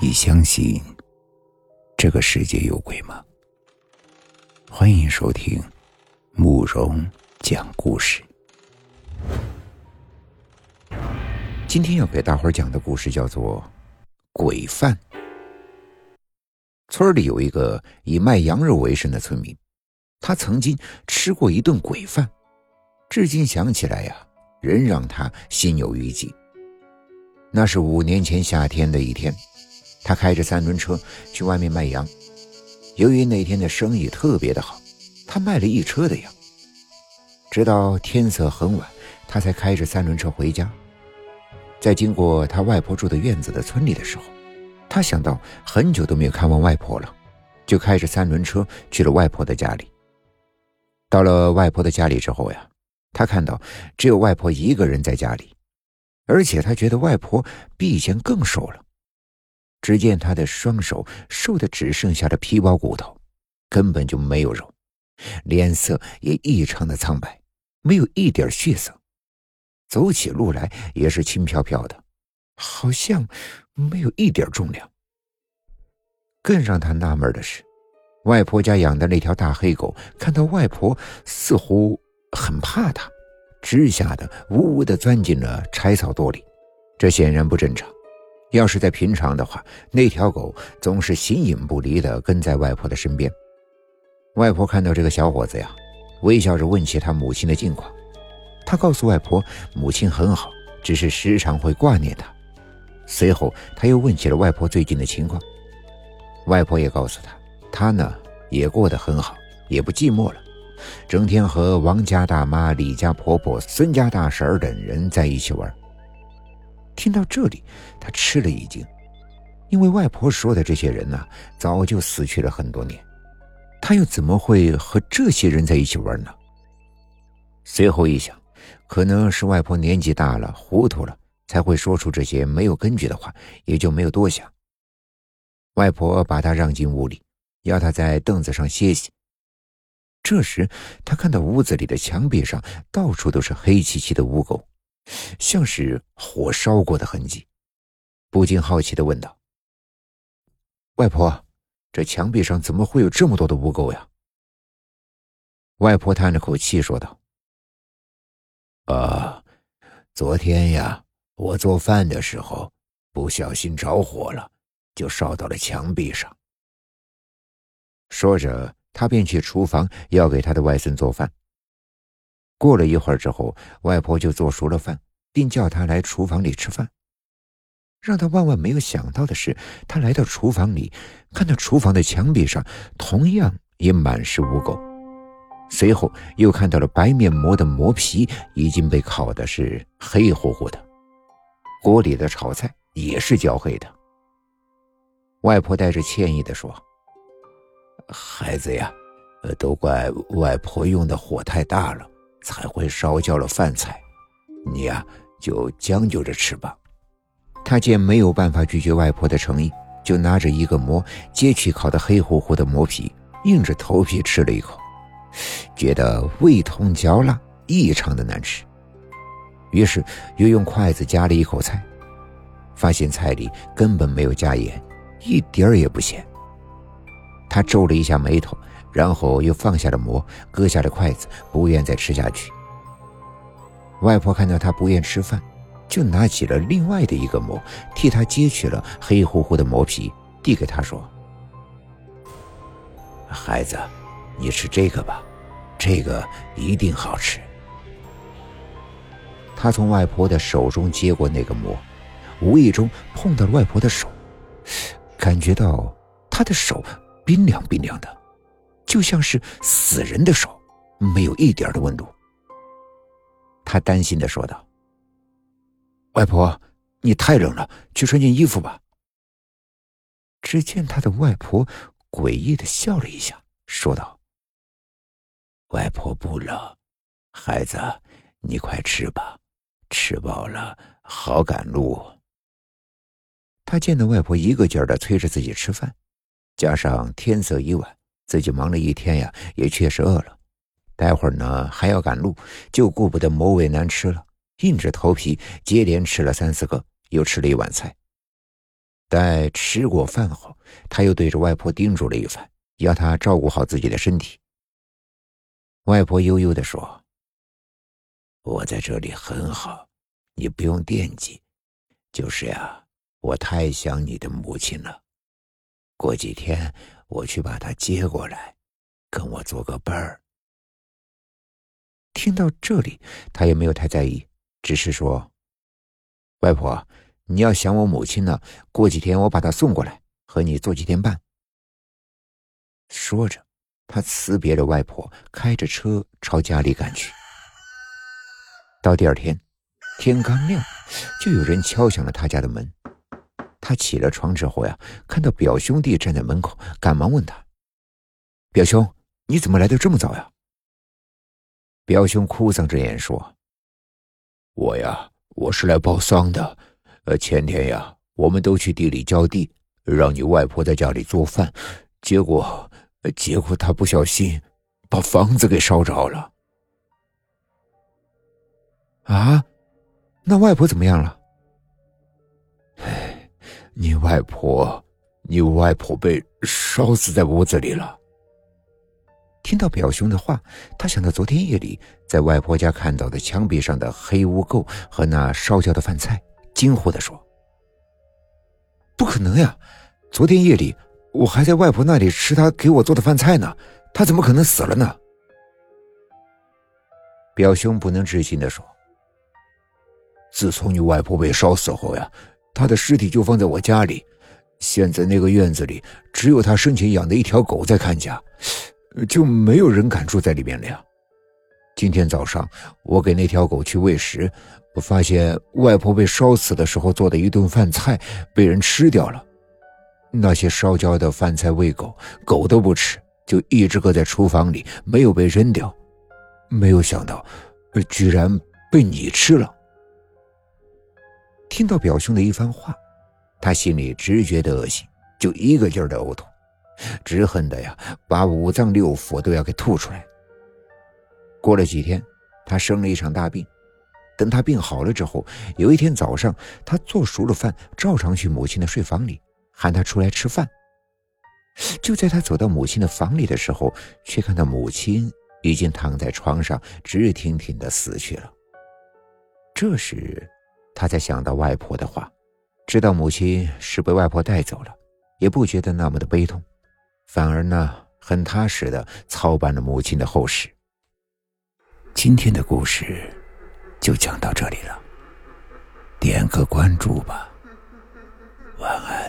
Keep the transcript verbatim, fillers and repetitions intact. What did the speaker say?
你相信这个世界有鬼吗？欢迎收听慕容讲故事。今天要给大伙儿讲的故事叫做鬼饭。村里有一个以卖羊肉为生的村民，他曾经吃过一顿鬼饭，至今想起来呀，仍让他心有余悸。那是五年前夏天的一天，他开着三轮车去外面卖羊。由于那天的生意特别的好，他卖了一车的羊。直到天色很晚，他才开着三轮车回家。在经过他外婆住的院子的村里的时候，他想到很久都没有看望外婆了，就开着三轮车去了外婆的家里。到了外婆的家里之后呀，他看到只有外婆一个人在家里，而且他觉得外婆比以前更瘦了。只见她的双手瘦得只剩下了皮包骨头，根本就没有肉，脸色也异常的苍白，没有一点血色，走起路来也是轻飘飘的，好像没有一点重量。更让他纳闷的是，外婆家养的那条大黑狗看到外婆似乎很怕她，只吓得呜呜地钻进了柴草垛里，这显然不正常。要是在平常的话，那条狗总是形影不离地跟在外婆的身边。外婆看到这个小伙子呀，微笑着问起他母亲的近况。他告诉外婆，母亲很好，只是时常会挂念他。随后他又问起了外婆最近的情况。外婆也告诉他，他呢也过得很好，也不寂寞了，整天和王家大妈、李家婆婆、孙家大婶儿等人在一起玩。听到这里，他吃了一惊，因为外婆说的这些人呢，早就死去了很多年，他又怎么会和这些人在一起玩呢？随后一想，可能是外婆年纪大了，糊涂了，才会说出这些没有根据的话，也就没有多想。外婆把他让进屋里，要他在凳子上歇息。这时他看到屋子里的墙壁上到处都是黑漆漆的污垢，像是火烧过的痕迹，不禁好奇地问道：外婆，这墙壁上怎么会有这么多的污垢呀？外婆叹了口气说道：啊，昨天呀，我做饭的时候不小心着火了，就烧到了墙壁上。说着，他便去厨房要给他的外孙做饭。过了一会儿之后，外婆就做熟了饭，并叫他来厨房里吃饭。让他万万没有想到的是，他来到厨房里，看到厨房的墙壁上同样也满是污垢，随后又看到了白面膜的膜皮已经被烤的是黑乎乎的，锅里的炒菜也是焦黑的。外婆带着歉意地说：孩子呀，都怪外婆用的火太大了，才会烧焦了饭菜，你呀就将就着吃吧。他见没有办法拒绝外婆的诚意，就拿着一个馍揭去烤得黑乎乎的馍皮，硬着头皮吃了一口，觉得味同嚼蜡，异常的难吃。于是又用筷子夹了一口菜，发现菜里根本没有加盐，一点儿也不咸。他皱了一下眉头，然后又放下了馍，割下了筷子，不愿再吃下去。外婆看到他不愿吃饭，就拿起了另外的一个馍，替他揭去了黑乎乎的馍皮，递给他说：孩子，你吃这个吧，这个一定好吃。他从外婆的手中接过那个馍，无意中碰到了外婆的手，感觉到她的手冰凉冰凉的，就像是死人的手，没有一点的温度。他担心地说道：外婆，你太冷了，去穿件衣服吧。只见他的外婆诡异地笑了一下，说道：外婆不冷，孩子，你快吃吧，吃饱了好赶路。他见到外婆一个劲儿地催着自己吃饭，加上天色已晚，自己忙了一天呀，也确实饿了。待会儿呢还要赶路，就顾不得馍味难吃了，硬着头皮接连吃了三四个，又吃了一碗菜。 待吃过饭后，他又对着外婆叮嘱了一番，要她照顾好自己的身体。外婆悠悠地说：“我在这里很好，你不用惦记。就是呀，我太想你的母亲了。过几天我去把她接过来，跟我做个伴儿。”听到这里，他也没有太在意，只是说：“外婆，你要想我母亲呢，过几天我把她送过来，和你做几天伴。”说着，他辞别了外婆，开着车朝家里赶去。到第二天，天刚亮，就有人敲响了他家的门。他起了床之后呀，看到表兄弟站在门口，赶忙问他：“表兄，你怎么来得这么早呀？”表兄哭丧着眼说：“我呀，我是来报丧的。呃，前天呀，我们都去地里浇地，让你外婆在家里做饭，结果，结果她不小心把房子给烧着了。”啊，那外婆怎么样了？哎，你外婆，你外婆被烧死在屋子里了。听到表兄的话，他想到昨天夜里在外婆家看到的墙壁上的黑污垢和那烧焦的饭菜，惊呼地说：“不可能呀！昨天夜里我还在外婆那里吃她给我做的饭菜呢，她怎么可能死了呢？”表兄不能置信地说：“自从你外婆被烧死后呀，她的尸体就放在我家里，现在那个院子里只有她生前养的一条狗在看家，就没有人敢住在里面了呀。今天早上我给那条狗去喂食，我发现外婆被烧死的时候做的一顿饭菜被人吃掉了。那些烧焦的饭菜喂狗，狗都不吃，就一直搁在厨房里，没有被扔掉。没有想到，居然被你吃了。”听到表兄的一番话，他心里只觉得恶心，就一个劲儿的呕吐，只恨的呀，把五脏六腑都要给吐出来。过了几天，他生了一场大病。等他病好了之后，有一天早上，他做熟了饭，照常去母亲的睡房里，喊他出来吃饭。就在他走到母亲的房里的时候，却看到母亲已经躺在床上，直挺挺的死去了。这时，他才想到外婆的话，知道母亲是被外婆带走了，也不觉得那么的悲痛，反而呢，很踏实的操办了母亲的后事。今天的故事就讲到这里了，点个关注吧，晚安。